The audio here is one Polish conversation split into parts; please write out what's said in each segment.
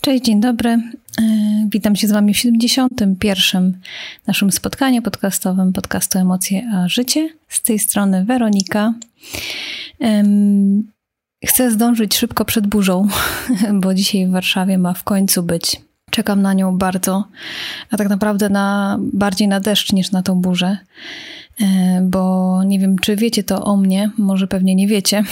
Cześć, dzień dobry. Witam się z Wami w 71. naszym spotkaniu podcastowym podcastu Emocje a Życie. Z tej strony Weronika. Chcę zdążyć szybko przed burzą, bo dzisiaj w Warszawie ma w końcu być. Czekam na nią bardzo, a tak naprawdę bardziej na deszcz niż na tą burzę, bo nie wiem, czy wiecie to o mnie, może pewnie nie wiecie,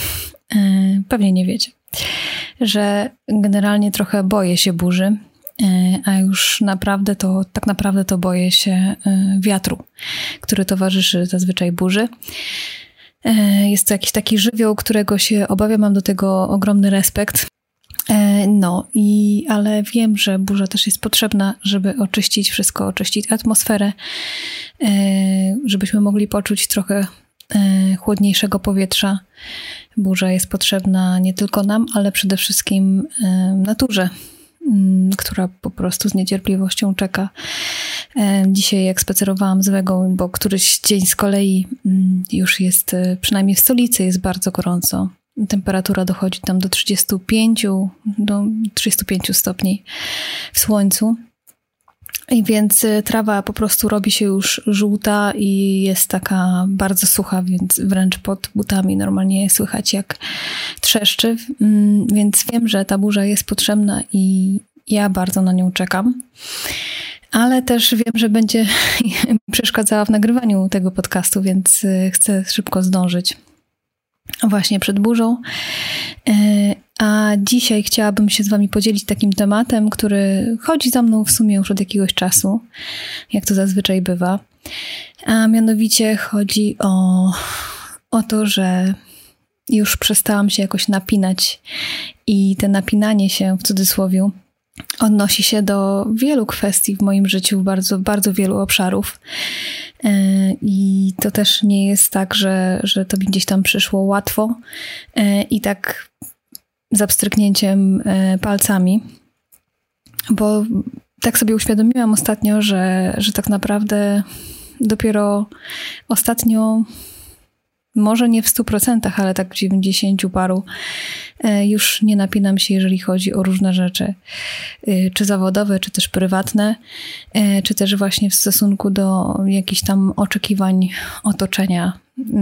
że generalnie trochę boję się burzy, a już tak naprawdę to boję się wiatru, który towarzyszy zazwyczaj burzy. Jest to jakiś taki żywioł, którego się obawiam, mam do tego ogromny respekt. Ale wiem, że burza też jest potrzebna, żeby oczyścić wszystko, oczyścić atmosferę, żebyśmy mogli poczuć trochę chłodniejszego powietrza. Burza jest potrzebna nie tylko nam, ale przede wszystkim naturze, która po prostu z niecierpliwością czeka. Dzisiaj jak spacerowałam z Wegą, bo któryś dzień z kolei już jest, przynajmniej w stolicy jest bardzo gorąco. Temperatura dochodzi tam do 35 stopni w słońcu. I więc trawa po prostu robi się już żółta i jest taka bardzo sucha, więc wręcz pod butami normalnie słychać jak trzeszczy. Więc wiem, że ta burza jest potrzebna i ja bardzo na nią czekam. Ale też wiem, że będzie przeszkadzała w nagrywaniu tego podcastu, więc chcę szybko zdążyć właśnie przed burzą. A dzisiaj chciałabym się z Wami podzielić takim tematem, który chodzi za mną w sumie już od jakiegoś czasu, jak to zazwyczaj bywa. A mianowicie chodzi o to, że już przestałam się jakoś napinać i te napinanie się w cudzysłowie odnosi się do wielu kwestii w moim życiu, bardzo, bardzo wielu obszarów. I to też nie jest tak, że to mi gdzieś tam przyszło łatwo i tak z pstryknięciem palcami, bo tak sobie uświadomiłam ostatnio, że tak naprawdę dopiero ostatnio, może nie w 100%, ale tak w 90 paru już nie napinam się, jeżeli chodzi o różne rzeczy, czy zawodowe, czy też prywatne, czy też właśnie w stosunku do jakichś tam oczekiwań otoczenia,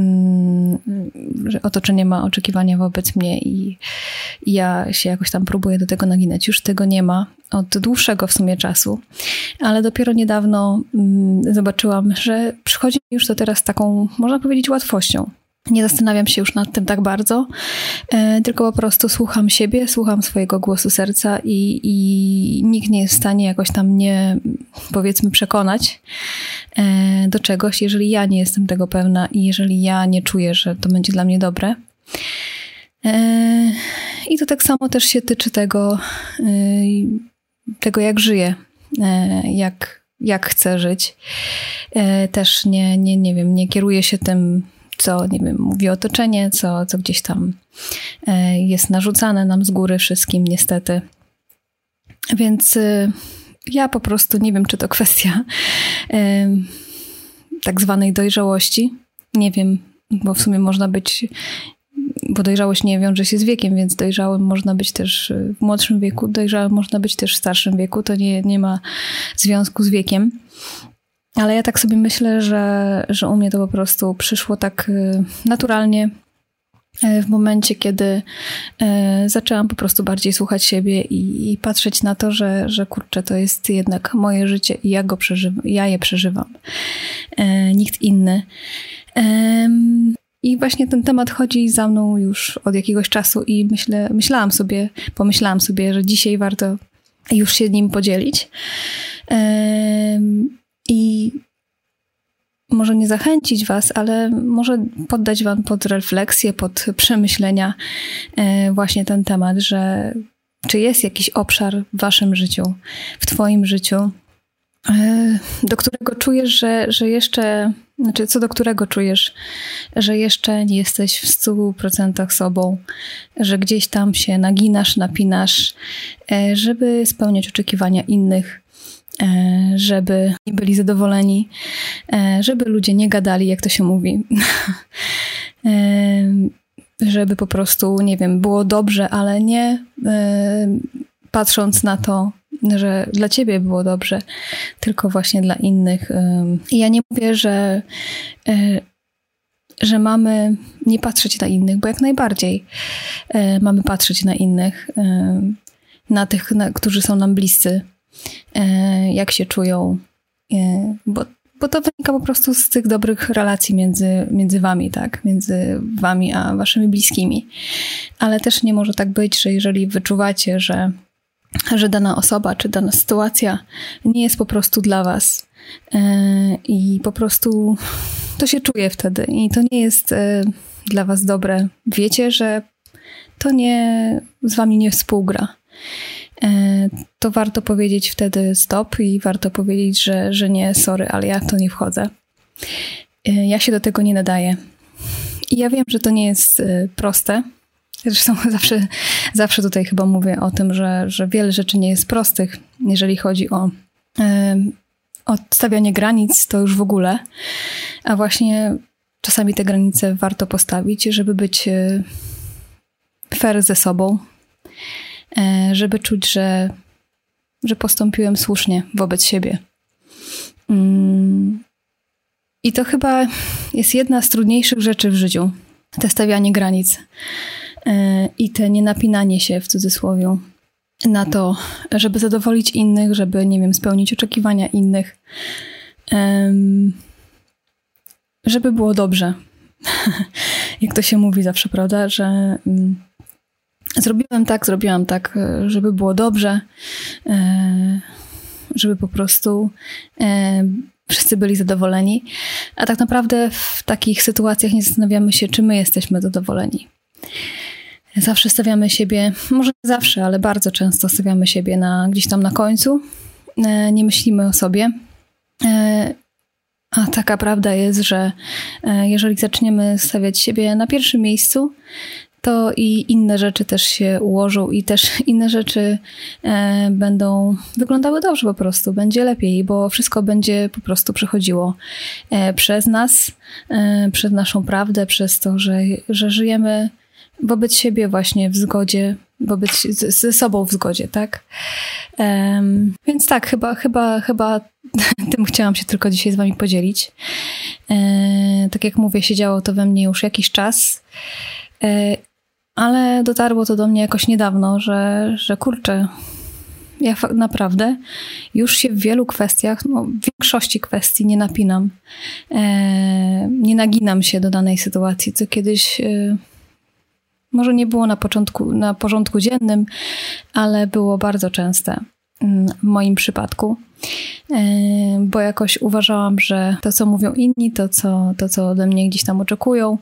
że otoczenie ma oczekiwania wobec mnie i ja się jakoś tam próbuję do tego naginać. Już tego nie ma od dłuższego w sumie czasu, ale dopiero niedawno zobaczyłam, że przychodzi już to teraz taką, można powiedzieć, łatwością. Nie zastanawiam się już nad tym tak bardzo, tylko po prostu słucham siebie, słucham swojego głosu serca i nikt nie jest w stanie jakoś tam mnie, powiedzmy, przekonać do czegoś, jeżeli ja nie jestem tego pewna i jeżeli ja nie czuję, że to będzie dla mnie dobre. I to tak samo też się tyczy tego jak żyję, jak chcę żyć. Też nie kieruję się tym, co, mówi otoczenie, co gdzieś tam jest narzucane nam z góry wszystkim, niestety. Więc ja po prostu nie wiem, czy to kwestia tak zwanej dojrzałości. Nie wiem, bo w sumie można być, bo dojrzałość nie wiąże się z wiekiem, więc dojrzałym można być też w młodszym wieku, dojrzałym można być też w starszym wieku. To nie ma związku z wiekiem. Ale ja tak sobie myślę, że u mnie to po prostu przyszło tak naturalnie w momencie, kiedy zaczęłam po prostu bardziej słuchać siebie i patrzeć na to, że kurczę, to jest jednak moje życie i ja je przeżywam. Nikt inny. I właśnie ten temat chodzi za mną już od jakiegoś czasu i pomyślałam sobie, że dzisiaj warto już się nim podzielić. I może nie zachęcić Was, ale może poddać Wam pod refleksję, pod przemyślenia właśnie ten temat, że czy jest jakiś obszar w Waszym życiu, w Twoim życiu, do którego czujesz, że jeszcze, co do którego czujesz, że jeszcze nie jesteś w 100% sobą, że gdzieś tam się naginasz, napinasz, żeby spełniać oczekiwania innych, żeby nie byli zadowoleni, żeby ludzie nie gadali, jak to się mówi, żeby po prostu, nie wiem, było dobrze, ale nie patrząc na to, że dla ciebie było dobrze, tylko właśnie dla innych. I ja nie mówię, że mamy nie patrzeć na innych, bo jak najbardziej mamy patrzeć na innych, na tych, którzy są nam bliscy, jak się czują, bo to wynika po prostu z tych dobrych relacji między wami, tak? Między wami a waszymi bliskimi. Ale też nie może tak być, że jeżeli wyczuwacie, że dana osoba czy dana sytuacja nie jest po prostu dla was i po prostu to się czuje wtedy i to nie jest dla was dobre. Wiecie, że to z wami nie współgra. To warto powiedzieć wtedy stop i warto powiedzieć, że nie, sorry, ale ja w to nie wchodzę. Ja się do tego nie nadaję. I ja wiem, że to nie jest proste. Zresztą zawsze tutaj chyba mówię o tym, że wiele rzeczy nie jest prostych, jeżeli chodzi o stawianie granic, to już w ogóle. A właśnie czasami te granice warto postawić, żeby być fair ze sobą, żeby czuć, że postąpiłem słusznie wobec siebie. I to chyba jest jedna z trudniejszych rzeczy w życiu. Te stawianie granic i te nienapinanie się w cudzysłowie na to, żeby zadowolić innych, żeby, nie wiem, spełnić oczekiwania innych, żeby było dobrze. Jak to się mówi zawsze, prawda, że zrobiłam tak, żeby było dobrze, żeby po prostu wszyscy byli zadowoleni, a tak naprawdę w takich sytuacjach nie zastanawiamy się, czy my jesteśmy zadowoleni. Zawsze stawiamy siebie, może nie zawsze, ale bardzo często stawiamy siebie gdzieś tam na końcu, nie myślimy o sobie. A taka prawda jest, że jeżeli zaczniemy stawiać siebie na pierwszym miejscu, to i inne rzeczy też się ułożą i też inne rzeczy będą wyglądały dobrze po prostu, będzie lepiej, bo wszystko będzie po prostu przechodziło przez nas, przez naszą prawdę, przez to, że żyjemy wobec siebie właśnie w zgodzie, ze sobą w zgodzie, tak? Więc tak, chyba tym chciałam się tylko dzisiaj z wami podzielić. Tak jak mówię, siedziało to we mnie już jakiś czas, ale dotarło to do mnie jakoś niedawno, że kurczę, ja naprawdę już się w wielu kwestiach, w większości kwestii nie napinam. Nie naginam się do danej sytuacji, co kiedyś może nie było na porządku dziennym, ale było bardzo częste w moim przypadku, bo jakoś uważałam, że to, co mówią inni, to, co ode mnie gdzieś tam oczekują,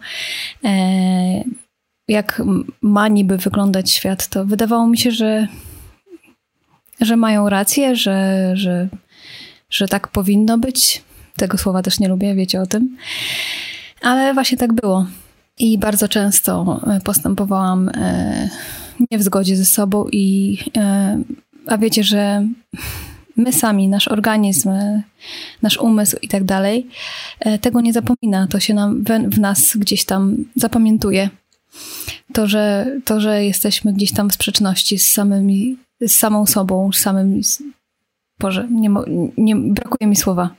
jak ma niby wyglądać świat, to wydawało mi się, że mają rację, że tak powinno być. Tego słowa też nie lubię, wiecie o tym. Ale właśnie tak było. I bardzo często postępowałam nie w zgodzie ze sobą a wiecie, że my sami, nasz organizm, nasz umysł i tak dalej, tego nie zapomina. To się w nas gdzieś tam zapamiętuje. To, że jesteśmy gdzieś tam w sprzeczności z samą sobą, Boże, brakuje mi słowa.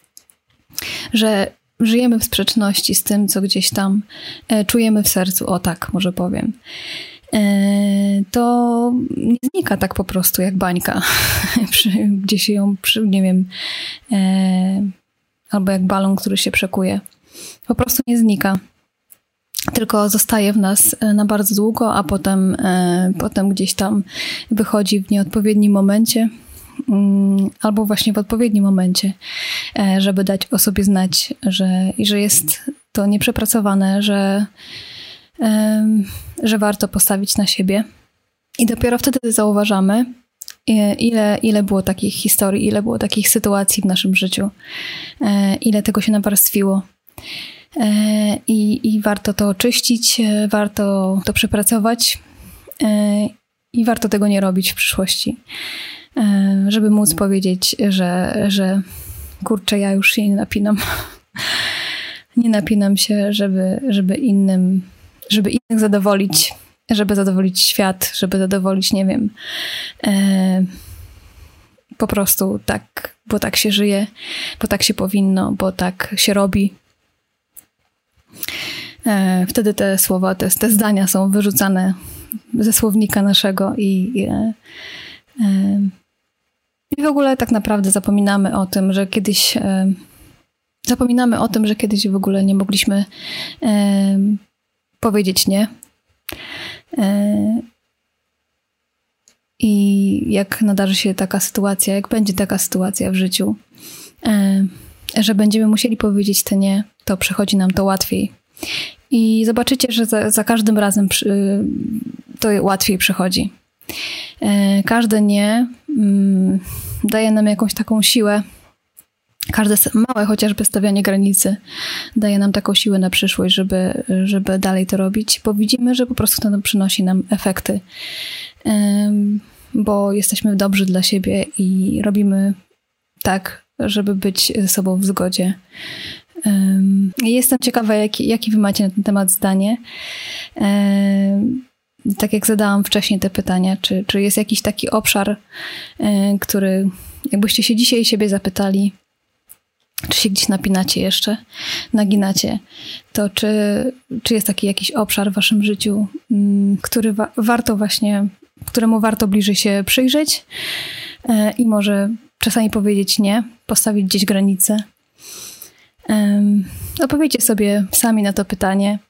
Że żyjemy w sprzeczności z tym, co gdzieś tam czujemy w sercu. O tak, może powiem. To nie znika tak po prostu jak bańka. Gdzie się ją, nie wiem, albo jak balon, który się przekuje. Po prostu nie znika. Tylko zostaje w nas na bardzo długo, a potem gdzieś tam wychodzi w nieodpowiednim momencie albo właśnie w odpowiednim momencie, żeby dać o sobie znać, że jest to nieprzepracowane, że warto postawić na siebie. I dopiero wtedy zauważamy, ile było takich historii, ile było takich sytuacji w naszym życiu, ile tego się nawarstwiło. I warto to oczyścić, warto to przepracować i warto tego nie robić w przyszłości, żeby móc powiedzieć, że kurczę, ja już się nie napinam. Nie napinam się, żeby innych zadowolić, żeby zadowolić świat, żeby zadowolić, nie wiem, po prostu tak, bo tak się żyje, bo tak się powinno, bo tak się robi. Wtedy te słowa, te zdania są wyrzucane ze słownika naszego i w ogóle tak naprawdę zapominamy o tym, że kiedyś w ogóle nie mogliśmy powiedzieć nie. I jak nadarzy się taka sytuacja, jak będzie taka sytuacja w życiu, że będziemy musieli powiedzieć te nie, to przychodzi nam to łatwiej. I zobaczycie, że za każdym razem to łatwiej przychodzi. Każde nie daje nam jakąś taką siłę. Każde małe chociażby stawianie granicy daje nam taką siłę na przyszłość, żeby dalej to robić, bo widzimy, że po prostu to przynosi nam efekty, bo jesteśmy dobrzy dla siebie i robimy tak, żeby być ze sobą w zgodzie. Jestem ciekawa, jaki wy macie na ten temat zdanie. Tak jak zadałam wcześniej te pytania, czy jest jakiś taki obszar, który jakbyście się dzisiaj siebie zapytali, czy się gdzieś napinacie jeszcze, naginacie, to czy jest taki jakiś obszar w waszym życiu, któremu warto bliżej się przyjrzeć i może czasami powiedzieć nie, postawić gdzieś granice. Odpowiedzcie sobie sami na to pytanie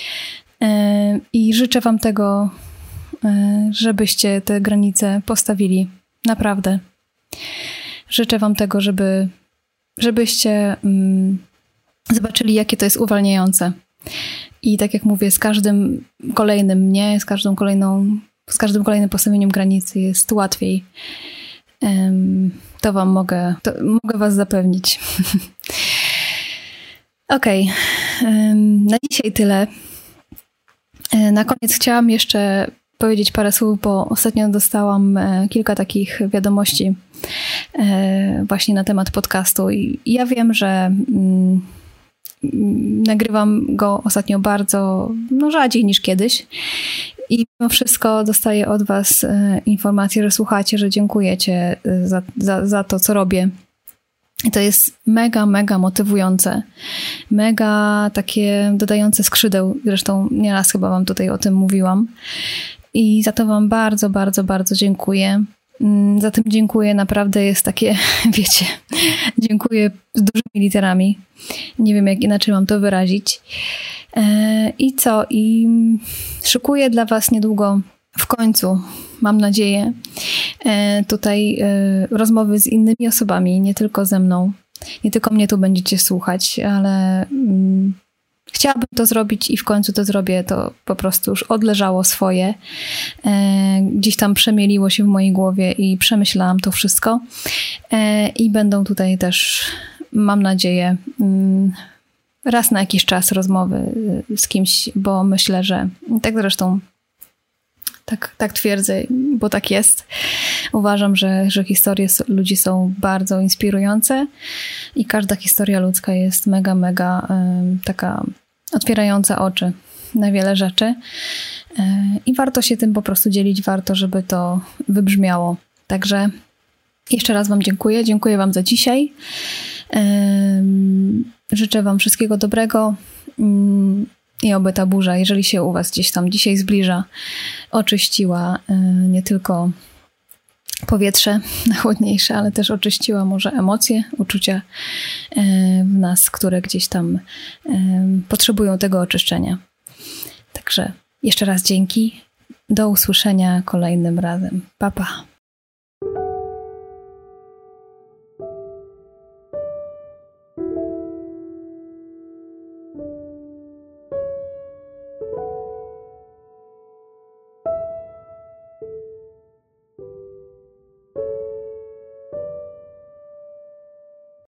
i życzę wam tego, żebyście te granice postawili. Naprawdę. Życzę wam tego, żebyście zobaczyli, jakie to jest uwalniające. I tak jak mówię, z każdym kolejnym nie, z każdym kolejnym postawieniem granicy jest łatwiej. To mogę was zapewnić. Okej. Na dzisiaj tyle. Na koniec chciałam jeszcze powiedzieć parę słów, bo ostatnio dostałam kilka takich wiadomości właśnie na temat podcastu i ja wiem, że nagrywam go ostatnio bardzo rzadziej niż kiedyś i mimo wszystko dostaję od was informacje, że słuchacie, że dziękujecie za to, co robię. I to jest mega, mega motywujące, mega takie dodające skrzydeł. Zresztą nieraz chyba wam tutaj o tym mówiłam. I za to wam bardzo, bardzo, bardzo dziękuję. Za tym dziękuję naprawdę jest takie, wiecie, dziękuję z dużymi literami. Nie wiem, jak inaczej mam to wyrazić. I co? I szykuję dla was niedługo, w końcu, mam nadzieję, tutaj rozmowy z innymi osobami, nie tylko ze mną. Nie tylko mnie tu będziecie słuchać, ale chciałabym to zrobić i w końcu to zrobię. To po prostu już odleżało swoje. Gdzieś tam przemieliło się w mojej głowie i przemyślałam to wszystko. I będą tutaj też, mam nadzieję, raz na jakiś czas rozmowy z kimś, bo myślę, że tak zresztą tak twierdzę, bo tak jest. Uważam, że historie ludzi są bardzo inspirujące i każda historia ludzka jest mega, mega taka otwierająca oczy na wiele rzeczy i warto się tym po prostu dzielić, warto, żeby to wybrzmiało. Także jeszcze raz wam dziękuję. Dziękuję wam za dzisiaj. Życzę wam wszystkiego dobrego i oby ta burza, jeżeli się u was gdzieś tam dzisiaj zbliża, oczyściła nie tylko powietrze chłodniejsze, ale też oczyściła może emocje, uczucia w nas, które gdzieś tam potrzebują tego oczyszczenia. Także jeszcze raz dzięki. Do usłyszenia kolejnym razem. Pa, pa.